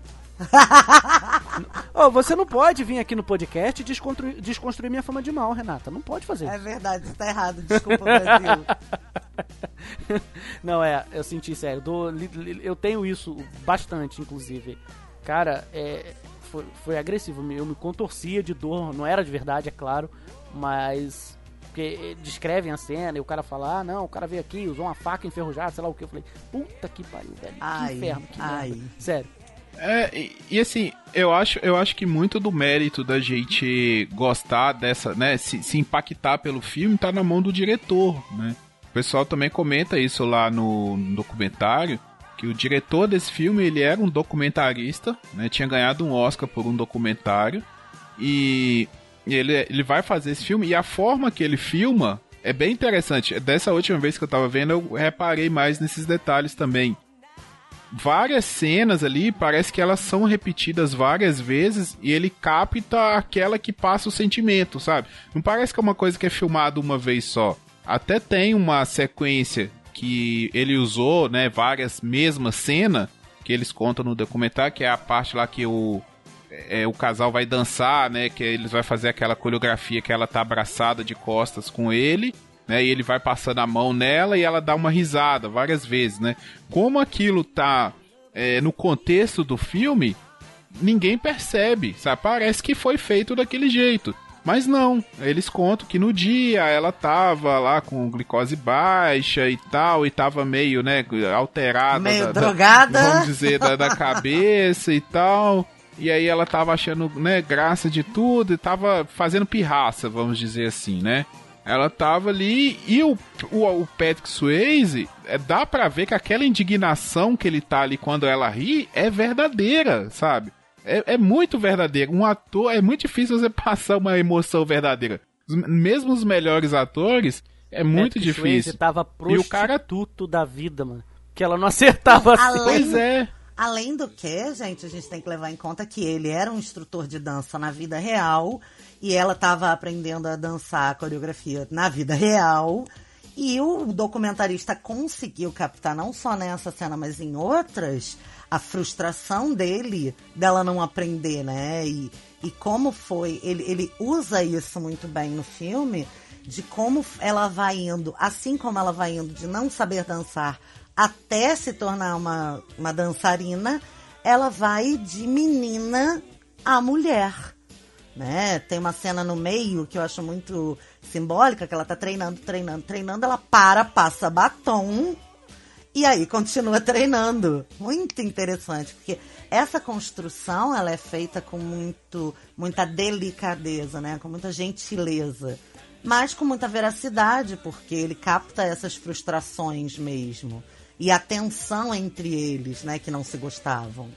Você não pode vir aqui no podcast e desconstruir minha fama de mal, Renata. Não pode fazer. É verdade, isso tá errado. Desculpa, Brasil. Não, eu senti, sério. Eu tenho isso bastante, inclusive. Cara, foi agressivo. Eu me contorcia de dor. Não era de verdade, é claro. Mas... Porque descrevem a cena e o cara fala, não, o cara veio aqui, usou uma faca enferrujada, sei lá o que. Eu falei, puta que pariu, velho. Que inferno, que merda. Sério. E assim, eu acho que muito do mérito da gente gostar dessa, né, se impactar pelo filme, tá na mão do diretor, né? O pessoal também comenta isso lá no documentário, que o diretor desse filme, ele era um documentarista, né, tinha ganhado um Oscar por um documentário, e ele vai fazer esse filme, e a forma que ele filma é bem interessante. Dessa última vez que eu tava vendo, eu reparei mais nesses detalhes também. Várias cenas ali, parece que elas são repetidas várias vezes e ele capta aquela que passa o sentimento, sabe? Não parece que é uma coisa que é filmada uma vez só. Até tem uma sequência que ele usou, né, várias mesmas cenas que eles contam no documentário, que é a parte lá que o casal vai dançar, né, que eles vão fazer aquela coreografia que ela tá abraçada de costas com ele, né, e ele vai passando a mão nela e ela dá uma risada várias vezes, né? Como aquilo tá no contexto do filme, ninguém percebe, sabe? Parece que foi feito daquele jeito. Mas não, eles contam que no dia ela tava lá com glicose baixa e tal, e tava meio, né, alterada. Meio drogada. Vamos dizer, da cabeça e tal. E aí ela tava achando, né, graça de tudo e tava fazendo pirraça, vamos dizer assim, né? Ela tava ali e o Patrick Swayze, dá pra ver que aquela indignação que ele tá ali quando ela ri é verdadeira, sabe? É muito verdadeiro. Um ator, é muito difícil você passar uma emoção verdadeira. Mesmo os melhores atores, é muito Patrick difícil. Swayze tava E o cara prostituto da vida, mano. Que ela não acertava assim. Pois é. Além do que, gente, a gente tem que levar em conta que ele era um instrutor de dança na vida real e ela estava aprendendo a dançar a coreografia na vida real. E o documentarista conseguiu captar, não só nessa cena, mas em outras, a frustração dela não aprender, né? E como foi, ele usa isso muito bem no filme, de como ela vai indo, assim como ela vai indo de não saber dançar até se tornar uma dançarina, ela vai de menina a mulher, né? Tem uma cena no meio que eu acho muito simbólica, que ela tá treinando, ela passa batom e aí continua treinando. Muito interessante, porque essa construção, ela é feita com muita delicadeza, né? Com muita gentileza, mas com muita veracidade, porque ele capta essas frustrações mesmo. E a tensão entre eles, né, que não se gostavam.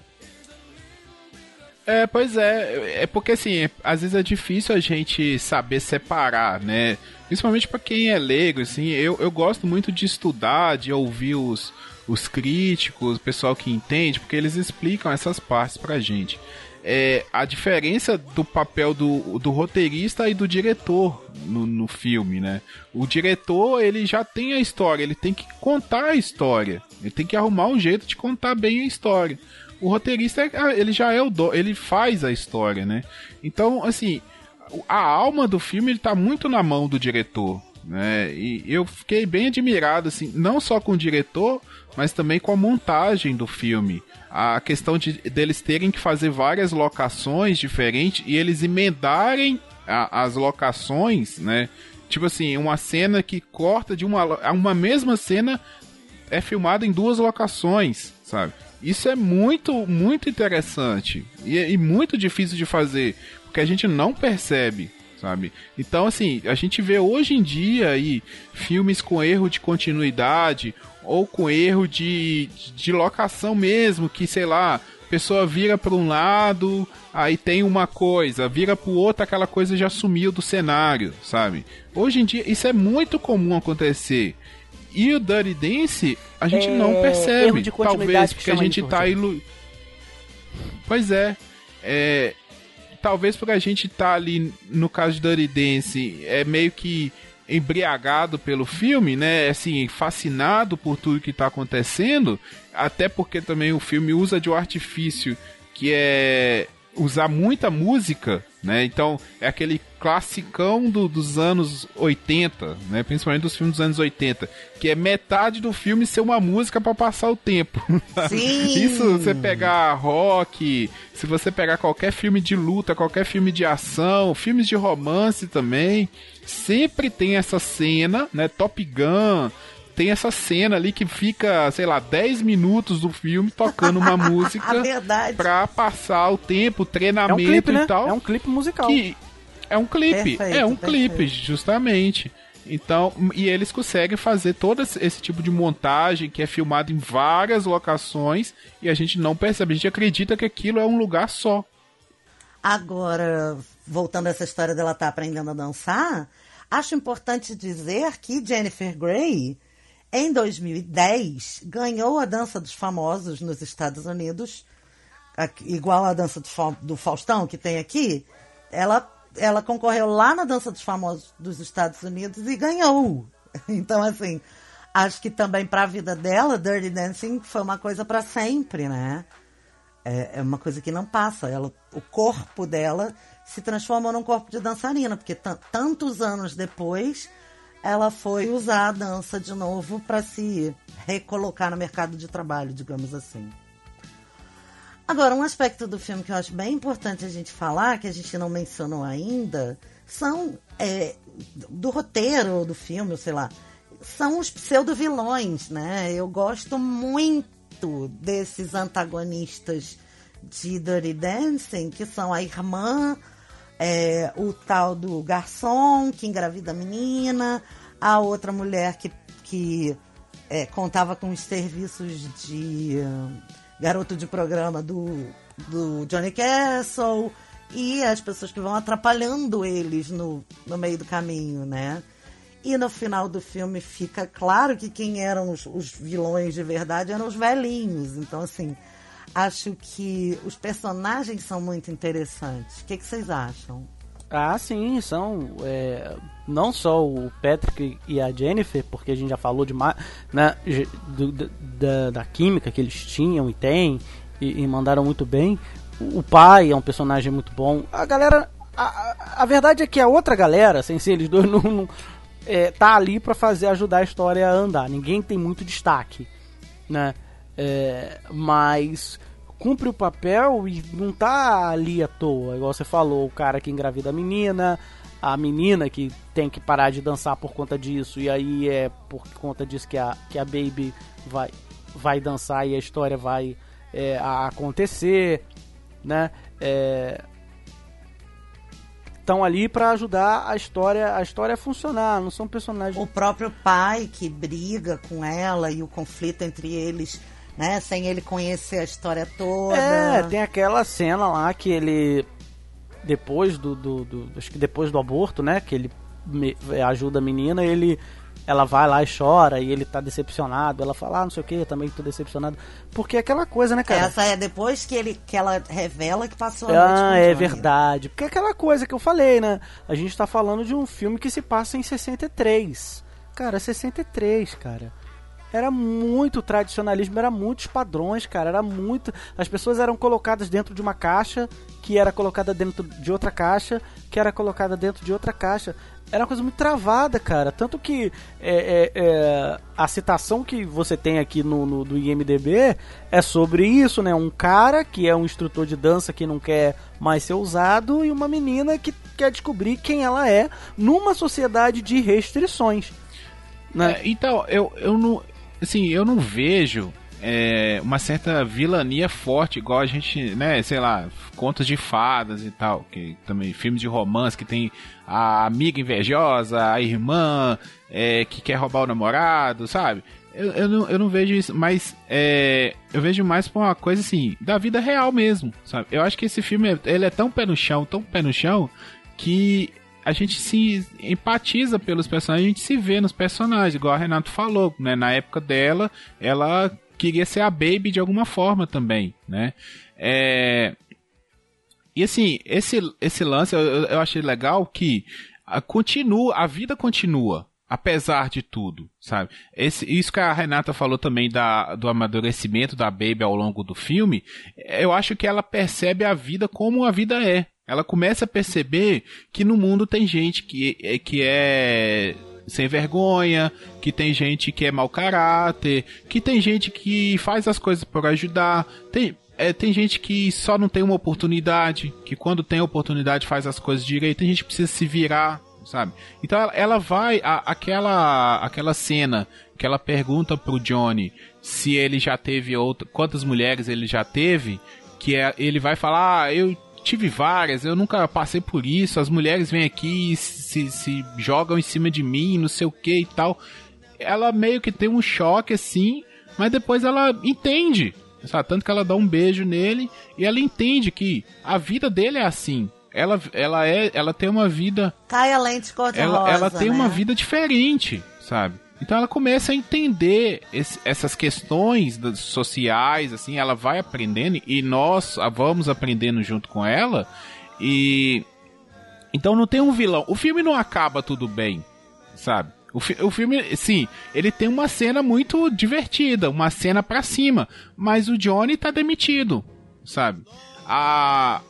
Pois é porque assim, às vezes é difícil a gente saber separar, né? Principalmente pra quem é leigo, assim, eu gosto muito de estudar, de ouvir os críticos, o pessoal que entende, porque eles explicam essas partes pra gente. A diferença do papel do roteirista e do diretor no filme, né? O diretor, ele já tem a história, ele tem que contar a história, ele tem que arrumar um jeito de contar bem a história. O roteirista, ele já ele faz a história, né? Então, assim, a alma do filme, ele tá muito na mão do diretor, né? E eu fiquei bem admirado, assim, não só com o diretor, mas também com a montagem do filme. A questão deles terem que fazer várias locações diferentes e eles emendarem as locações, né? Tipo assim, uma cena que corta de uma mesma cena é filmada em duas locações, sabe? Isso é muito, muito interessante e muito difícil de fazer, porque a gente não percebe, sabe? Então, assim, a gente vê hoje em dia aí filmes com erro de continuidade ou com erro de locação mesmo, que, sei lá, a pessoa vira para um lado, aí tem uma coisa, vira para o outro, aquela coisa já sumiu do cenário, sabe? Hoje em dia isso é muito comum acontecer. E o Dirty Dance a gente não percebe, talvez porque a gente tá Pois é, talvez porque a gente tá ali, no caso de Dirty Dance, é meio que embriagado pelo filme, né, assim, fascinado por tudo que tá acontecendo, até porque também o filme usa de um artifício que é usar muita música, né, então é aquele classicão dos anos 80, né, principalmente dos filmes dos anos 80, que é metade do filme ser uma música pra passar o tempo. Sim. Isso, você pegar rock, se você pegar qualquer filme de luta, qualquer filme de ação, filmes de romance também, sempre tem essa cena, né, Top Gun, tem essa cena ali que fica, sei lá, 10 minutos do filme tocando uma música pra passar o tempo, o treinamento clipe, né? e tal. É um clipe musical. É um clipe, Perfeito. clipe, justamente. Então, e eles conseguem fazer todo esse tipo de montagem que é filmado em várias locações e a gente não percebe, a gente acredita que aquilo é um lugar só. Agora, voltando a essa história dela estar aprendendo a dançar, acho importante dizer que Jennifer Grey, em 2010, ganhou a Dança dos Famosos nos Estados Unidos, igual a Dança do Faustão que tem aqui. Ela concorreu lá na Dança dos Famosos dos Estados Unidos e ganhou. Então, assim, acho que também para a vida dela, Dirty Dancing foi uma coisa para sempre, né? É uma coisa que não passa. O corpo dela se transformou num corpo de dançarina, porque tantos anos depois ela foi usar a dança de novo para se recolocar no mercado de trabalho, digamos assim. Agora, um aspecto do filme que eu acho bem importante a gente falar, que a gente não mencionou ainda, são do roteiro do filme, sei lá, são os pseudo-vilões, né? Eu gosto muito desses antagonistas de Dirty Dancing, que são a irmã, o tal do garçom que engravida a menina, a outra mulher que contava com os serviços de garoto de programa do Johnny Castle, e as pessoas que vão atrapalhando eles no meio do caminho, né? E no final do filme fica claro que quem eram os vilões de verdade eram os velhinhos. Então, assim, acho que os personagens são muito interessantes. O que vocês acham? Ah, sim, são não só o Patrick e a Jennifer, porque a gente já falou demais, né, da química que eles tinham e têm, e mandaram muito bem. O pai é um personagem muito bom. A galera, a verdade é que a outra galera, sem ser eles dois, não tá ali pra ajudar a história a andar. Ninguém tem muito destaque, né? Mas cumpre o papel e não tá ali à toa, igual você falou, o cara que engravida a menina que tem que parar de dançar por conta disso, e aí é por conta disso que a Baby vai dançar e a história vai acontecer, né? Estão ali pra ajudar a história a funcionar, não são personagens... O próprio pai que briga com ela e o conflito entre eles, né, sem ele conhecer a história toda. Tem aquela cena lá que ele, depois acho que depois do aborto, né, que ele ajuda a menina, ela vai lá e chora, e ele tá decepcionado, ela fala, não sei o que, eu também tô decepcionado, porque é aquela coisa, né, cara? Essa é depois que ela revela que passou a noite com o Johnny. Verdade, porque é aquela coisa que eu falei, né, a gente tá falando de um filme que se passa em 63, cara, 63, cara. Era muito tradicionalismo, era muitos padrões, cara, era muito... As pessoas eram colocadas dentro de uma caixa, que era colocada dentro de outra caixa, que era colocada dentro de outra caixa. Era uma coisa muito travada, cara. Tanto que a citação que você tem aqui do IMDB é sobre isso, né? Um cara que é um instrutor de dança que não quer mais ser usado e uma menina que quer descobrir quem ela é numa sociedade de restrições, né? Então, eu não... Assim, eu não vejo uma certa vilania forte, igual a gente, né, sei lá, contos de fadas e tal, que também filmes de romance que tem a amiga invejosa, a irmã que quer roubar o namorado, sabe? Eu não vejo isso, mas eu vejo mais por uma coisa assim, da vida real mesmo, sabe? Eu acho que esse filme ele é tão pé no chão, que a gente se empatiza pelos personagens, a gente se vê nos personagens, igual a Renato falou, né? Na época dela, ela queria ser a Baby de alguma forma também, né? E assim, esse lance eu achei legal que a vida continua, apesar de tudo, sabe? Isso que a Renata falou também do amadurecimento da Baby ao longo do filme, eu acho que ela percebe a vida como a vida é. Ela começa a perceber que no mundo tem gente que é sem vergonha, que tem gente que é mau caráter, que tem gente que faz as coisas por ajudar, tem gente que só não tem uma oportunidade, que quando tem oportunidade faz as coisas direito, tem gente que precisa se virar, sabe? Então ela vai, aquela cena que ela pergunta pro Johnny se ele já teve quantas mulheres ele já teve, ele vai falar, eu tive várias, eu nunca passei por isso, as mulheres vêm aqui e se jogam em cima de mim, não sei o que e tal. Ela meio que tem um choque assim, mas depois ela entende, sabe? Tanto que ela dá um beijo nele e ela entende que a vida dele é assim. Ela tem uma vida... Cai a lente cor-de-rosa, ela tem né? uma vida diferente, sabe? Então ela começa a entender essas questões sociais, assim, ela vai aprendendo e nós vamos aprendendo junto com ela. E então não tem um vilão. O filme não acaba tudo bem, sabe? O filme, sim, ele tem uma cena muito divertida, uma cena pra cima, mas o Johnny tá demitido, sabe? A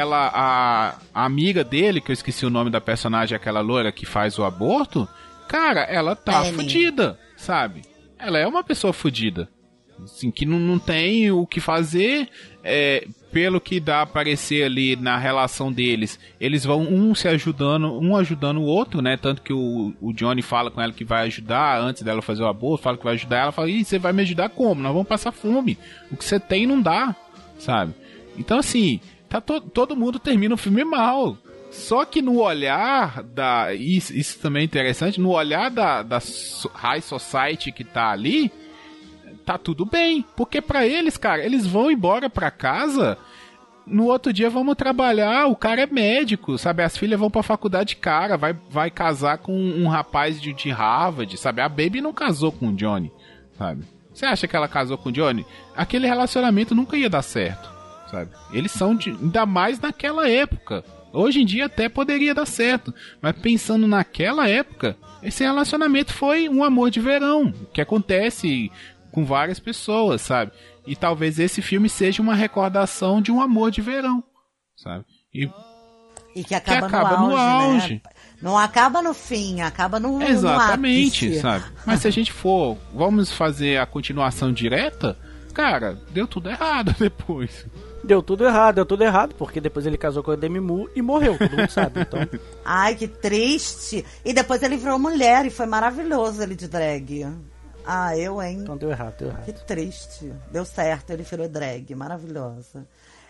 amiga dele, que eu esqueci o nome da personagem, aquela loira que faz o aborto, cara, ela tá fodida, sabe? Ela é uma pessoa fodida, assim, que não tem o que fazer. Pelo que dá a aparecer ali na relação deles, eles vão um ajudando o outro, né? Tanto que o Johnny fala com ela que vai ajudar antes dela fazer o aborto, fala que vai ajudar ela, fala, você vai me ajudar como? Nós vamos passar fome, o que você tem não dá, sabe? Então assim, todo mundo termina o filme mal. Só que no olhar isso também é interessante, no olhar da High Society que tá ali, tá tudo bem. Porque pra eles, cara, eles vão embora pra casa, no outro dia vamos trabalhar, o cara é médico, sabe? As filhas vão pra faculdade, cara, vai casar com um rapaz de Harvard, sabe? A Baby não casou com o Johnny, sabe? Você acha que ela casou com o Johnny? Aquele relacionamento nunca ia dar certo, sabe? Eles são ainda mais naquela época. Hoje em dia até poderia dar certo, mas pensando naquela época, esse relacionamento foi um amor de verão, que acontece com várias pessoas, sabe? E talvez esse filme seja uma recordação de um amor de verão, sabe? E que acaba no auge. Né? Não acaba no fim, acaba no exatamente, ápice, sabe? Mas se a gente vamos fazer a continuação direta, cara, deu tudo errado depois. Deu tudo errado, porque depois ele casou com a Demi Moore e morreu, todo mundo sabe, então... Ai, que triste! E depois ele virou mulher e foi maravilhoso ele de drag. Ah, hein? Então deu errado. Que triste. Deu certo, ele virou drag, maravilhosa.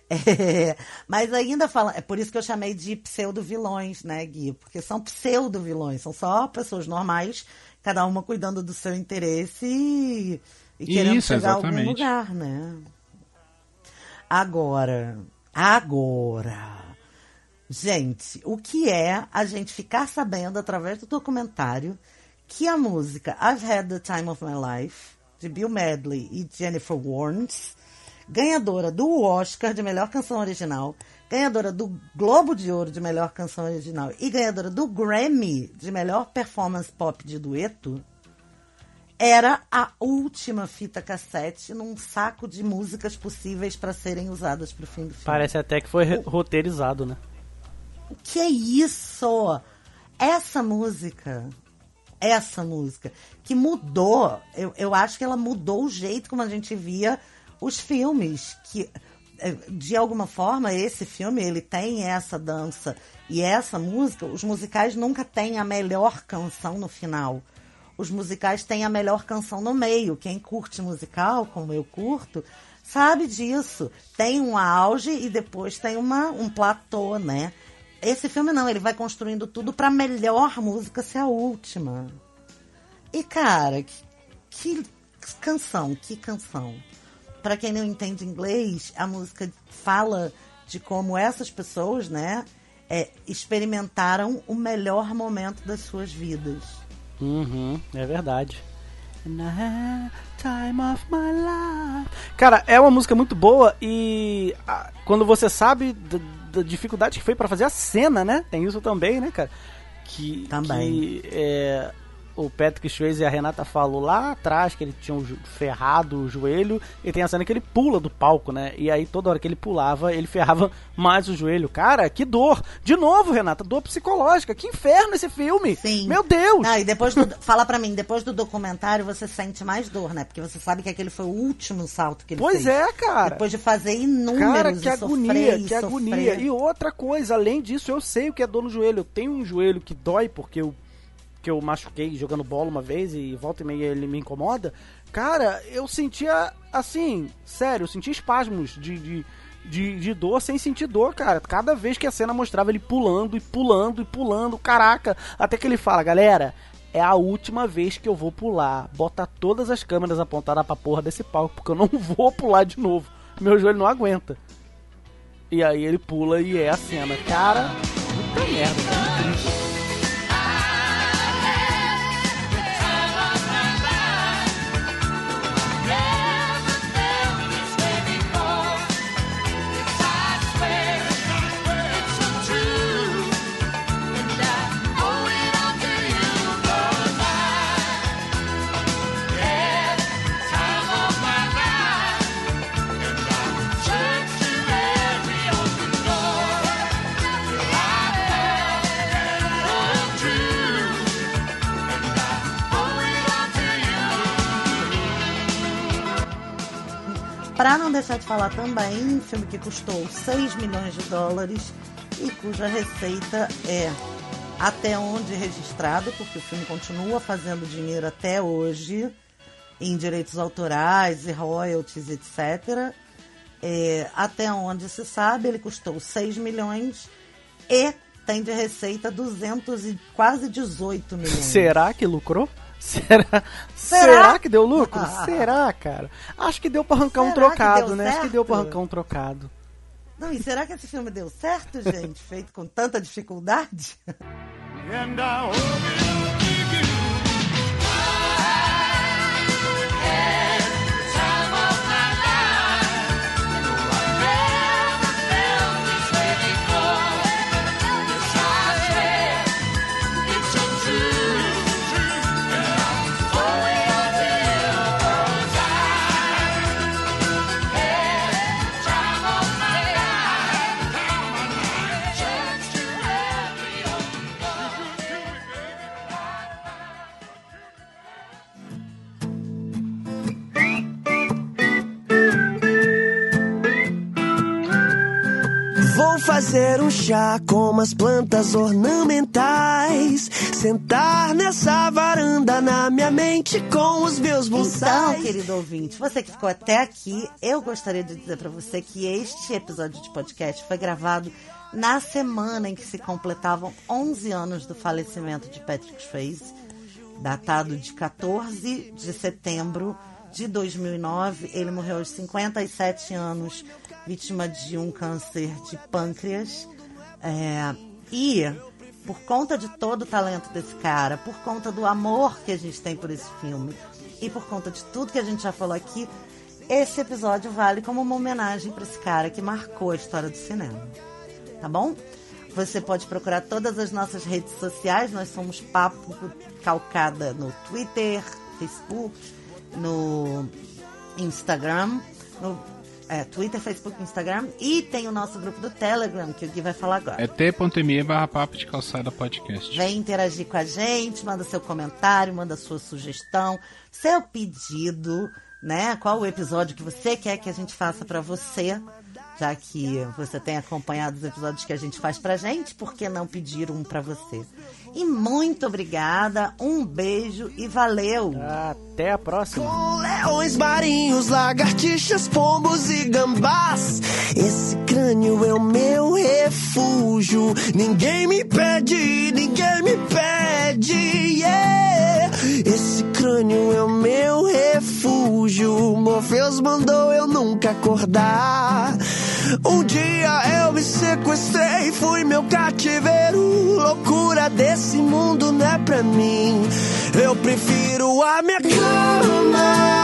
Mas ainda falando, é por isso que eu chamei de pseudo-vilões, né, Gui? Porque são pseudo-vilões, são só pessoas normais, cada uma cuidando do seu interesse e querendo chegar a algum lugar, né? Agora, gente, o que é a gente ficar sabendo através do documentário que a música I've Had the Time of My Life, de Bill Medley e Jennifer Warnes, ganhadora do Oscar de melhor canção original, ganhadora do Globo de Ouro de melhor canção original e ganhadora do Grammy de melhor performance pop de dueto, era a última fita cassete num saco de músicas possíveis para serem usadas pro fim do filme. Parece até que foi roteirizado, né? O que é isso? Essa música que mudou, eu acho que ela mudou o jeito como a gente via os filmes, que de alguma forma esse filme ele tem essa dança e essa música. Os musicais nunca têm a melhor canção no final. os musicais têm a melhor canção no meio. Quem curte musical, como eu curto, sabe disso. Tem um auge e depois tem um platô, né? Esse filme não, ele vai construindo tudo pra melhor música ser a última. E, cara, que canção. Pra quem não entende inglês, a música fala de como essas pessoas, né, experimentaram o melhor momento das suas vidas. É verdade. Time of my life. Cara, é uma música muito boa e quando você sabe da dificuldade que foi pra fazer a cena, né? Tem isso também, né, cara? Também. O Patrick Swayze e a Renata falou lá atrás que ele tinha ferrado o joelho, e tem a cena que ele pula do palco, né? E aí toda hora que ele pulava, ele ferrava mais o joelho. Cara, que dor! De novo, Renata, dor psicológica. Que inferno esse filme! Sim. Meu Deus! E depois fala pra mim, depois do documentário você sente mais dor, né? Porque você sabe que aquele foi o último salto que ele fez. Pois é, cara! Depois de fazer inúmeros cara, que e agonia, sofrer, que agonia. E outra coisa, além disso, eu sei o que é dor no joelho. Eu tenho um joelho que dói porque eu machuquei jogando bola uma vez e volta e meia ele me incomoda. Cara, eu sentia, assim, sério, eu sentia espasmos de dor sem sentir dor, cara. Cada vez que a cena mostrava ele pulando e pulando e pulando, caraca. Até que ele fala, galera, é a última vez que eu vou pular. Bota todas as câmeras apontadas pra porra desse palco, porque eu não vou pular de novo. Meu joelho não aguenta. E aí ele pula e é a cena. Cara, puta merda, cara, incrível. Para não deixar de falar também, um filme que custou 6 milhões de dólares e cuja receita é até onde registrado, porque o filme continua fazendo dinheiro até hoje, em direitos autorais e royalties, etc. Até onde se sabe, ele custou 6 milhões e tem de receita 200 e quase 18 milhões. Será que lucrou? Será que deu lucro? Será, cara? Acho que deu pra arrancar um trocado, né? Acho que deu pra arrancar um trocado. Não, e será que esse filme deu certo, gente? Feito com tanta dificuldade? And I hope it'll give you every time of my life. No, I never felt this way before. Yes, I swear it's so true. And I'm going on till the time. Every time of my life. Church to every open door. Vou fazer um chá com umas plantas ornamentais, sentar nessa varanda na minha mente com os meus bonsais. Então, querido ouvinte, você que ficou até aqui, eu gostaria de dizer pra você que este episódio de podcast foi gravado na semana em que se completavam 11 anos do falecimento de Patrick Swayze, datado de 14 de setembro de 2009. Ele morreu aos 57 anos, vítima de um câncer de pâncreas. E por conta de todo o talento desse cara, por conta do amor que a gente tem por esse filme e por conta de tudo que a gente já falou aqui, esse episódio vale como uma homenagem para esse cara que marcou a história do cinema. Tá bom? Você pode procurar todas as nossas redes sociais. Nós somos Papo Calcada no Twitter, Facebook, no Instagram, Twitter, Facebook, Instagram, e tem o nosso grupo do Telegram, que o Gui vai falar agora. É t.me/papo de calçada podcast. Vem interagir com a gente, manda seu comentário, manda sua sugestão, seu pedido, né? Qual o episódio que você quer que a gente faça pra você. Já que você tem acompanhado os episódios que a gente faz pra gente, por que não pedir um pra você? E muito obrigada, um beijo e valeu! Até a próxima. Com leões marinhos, lagartixas, pombos e gambás. Esse crânio é o meu refúgio. Ninguém me pede, ninguém me pede, yeah. Esse crânio é o meu refúgio. Morpheus mandou eu nunca acordar. Um dia eu me sequestrei, fui meu cativeiro. Loucura desse mundo não é pra mim. Eu prefiro a minha cama.